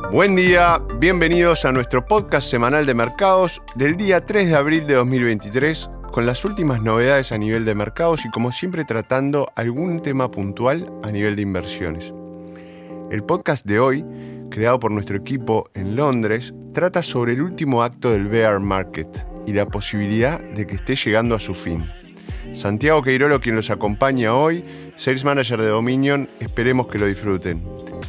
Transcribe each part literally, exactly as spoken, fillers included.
Buen día, bienvenidos a nuestro podcast semanal de mercados del día tres de abril de dos mil veintitrés, con las últimas novedades a nivel de mercados y como siempre tratando algún tema puntual a nivel de inversiones. El podcast de hoy, creado por nuestro equipo en Londres, trata sobre el último acto del bear market y la posibilidad de que esté llegando a su fin. Santiago Queirolo, quien los acompaña hoy, Sales Manager de Dominion, esperemos que lo disfruten.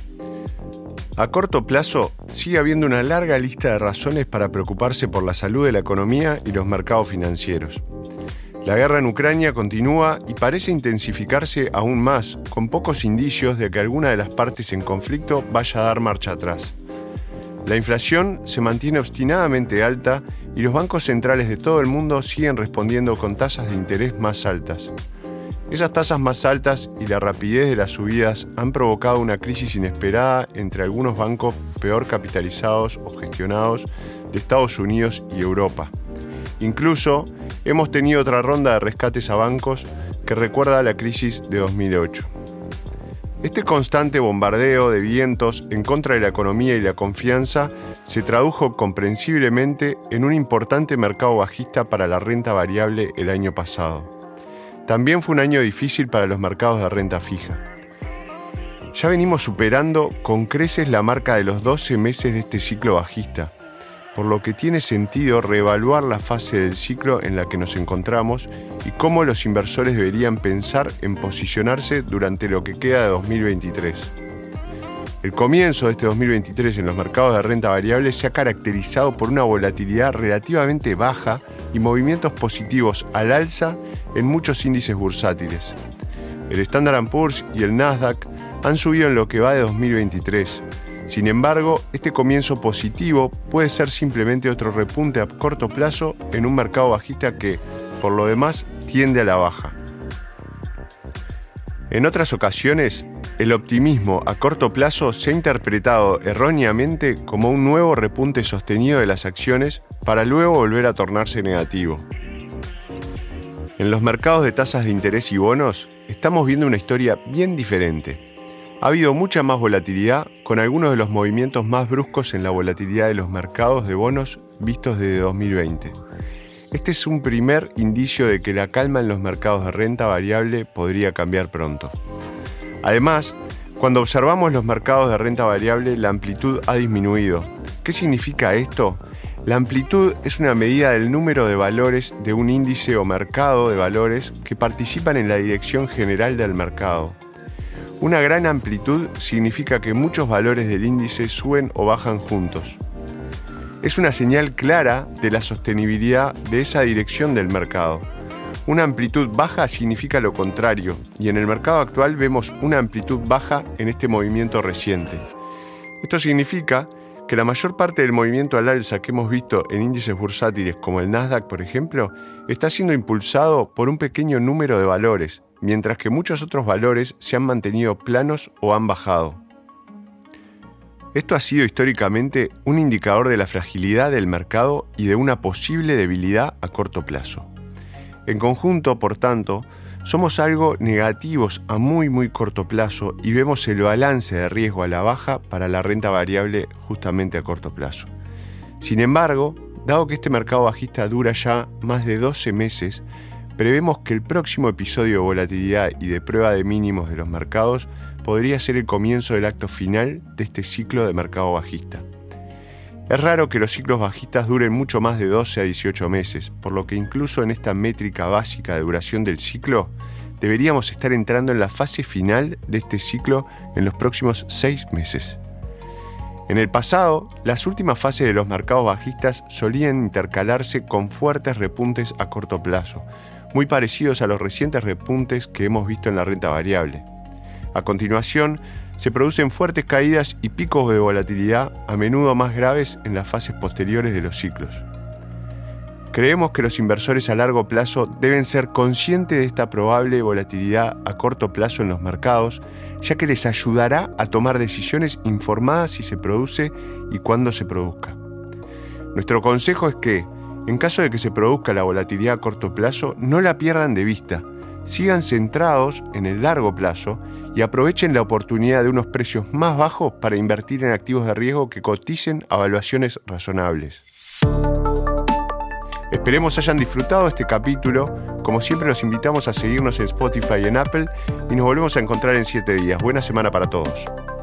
A corto plazo, sigue habiendo una larga lista de razones para preocuparse por la salud de la economía y los mercados financieros. La guerra en Ucrania continúa y parece intensificarse aún más, con pocos indicios de que alguna de las partes en conflicto vaya a dar marcha atrás. La inflación se mantiene obstinadamente alta y los bancos centrales de todo el mundo siguen respondiendo con tasas de interés más altas. Esas tasas más altas y la rapidez de las subidas han provocado una crisis inesperada entre algunos bancos peor capitalizados o gestionados de Estados Unidos y Europa. Incluso hemos tenido otra ronda de rescates a bancos que recuerda a la crisis de dos mil ocho. Este constante bombardeo de vientos en contra de la economía y la confianza se tradujo comprensiblemente en un importante mercado bajista para la renta variable el año pasado. También fue un año difícil para los mercados de renta fija. Ya venimos superando con creces la marca de los doce meses de este ciclo bajista, por lo que tiene sentido reevaluar la fase del ciclo en la que nos encontramos y cómo los inversores deberían pensar en posicionarse durante lo que queda de dos mil veintitrés. El comienzo de este dos mil veintitrés en los mercados de renta variable se ha caracterizado por una volatilidad relativamente baja y movimientos positivos al alza en muchos índices bursátiles. El Standard and Poor's y el Nasdaq han subido en lo que va de dos mil veintitrés. Sin embargo, este comienzo positivo puede ser simplemente otro repunte a corto plazo en un mercado bajista que, por lo demás, tiende a la baja. En otras ocasiones, el optimismo a corto plazo se ha interpretado erróneamente como un nuevo repunte sostenido de las acciones para luego volver a tornarse negativo. En los mercados de tasas de interés y bonos, estamos viendo una historia bien diferente. Ha habido mucha más volatilidad, con algunos de los movimientos más bruscos en la volatilidad de los mercados de bonos vistos desde dos mil veinte. Este es un primer indicio de que la calma en los mercados de renta variable podría cambiar pronto. Además, cuando observamos los mercados de renta variable, la amplitud ha disminuido. ¿Qué significa esto? La amplitud es una medida del número de valores de un índice o mercado de valores que participan en la dirección general del mercado. Una gran amplitud significa que muchos valores del índice suben o bajan juntos. Es una señal clara de la sostenibilidad de esa dirección del mercado. Una amplitud baja significa lo contrario, y en el mercado actual vemos una amplitud baja en este movimiento reciente. Esto significa que la mayor parte del movimiento al alza que hemos visto en índices bursátiles como el Nasdaq, por ejemplo, está siendo impulsado por un pequeño número de valores, mientras que muchos otros valores se han mantenido planos o han bajado. Esto ha sido históricamente un indicador de la fragilidad del mercado y de una posible debilidad a corto plazo. En conjunto, por tanto, somos algo negativos a muy muy corto plazo y vemos el balance de riesgo a la baja para la renta variable justamente a corto plazo. Sin embargo, dado que este mercado bajista dura ya más de doce meses, prevemos que el próximo episodio de volatilidad y de prueba de mínimos de los mercados podría ser el comienzo del acto final de este ciclo de mercado bajista. Es raro que los ciclos bajistas duren mucho más de doce a dieciocho meses, por lo que incluso en esta métrica básica de duración del ciclo, deberíamos estar entrando en la fase final de este ciclo en los próximos seis meses. En el pasado, las últimas fases de los mercados bajistas solían intercalarse con fuertes repuntes a corto plazo, muy parecidos a los recientes repuntes que hemos visto en la renta variable. A continuación, se producen fuertes caídas y picos de volatilidad a menudo más graves en las fases posteriores de los ciclos. Creemos que los inversores a largo plazo deben ser conscientes de esta probable volatilidad a corto plazo en los mercados, ya que les ayudará a tomar decisiones informadas si se produce y cuándo se produzca. Nuestro consejo es que, en caso de que se produzca la volatilidad a corto plazo, no la pierdan de vista, sigan centrados en el largo plazo y aprovechen la oportunidad de unos precios más bajos para invertir en activos de riesgo que coticen a valuaciones razonables. Esperemos hayan disfrutado este capítulo. Como siempre, los invitamos a seguirnos en Spotify y en Apple y nos volvemos a encontrar en siete días. Buena semana para todos.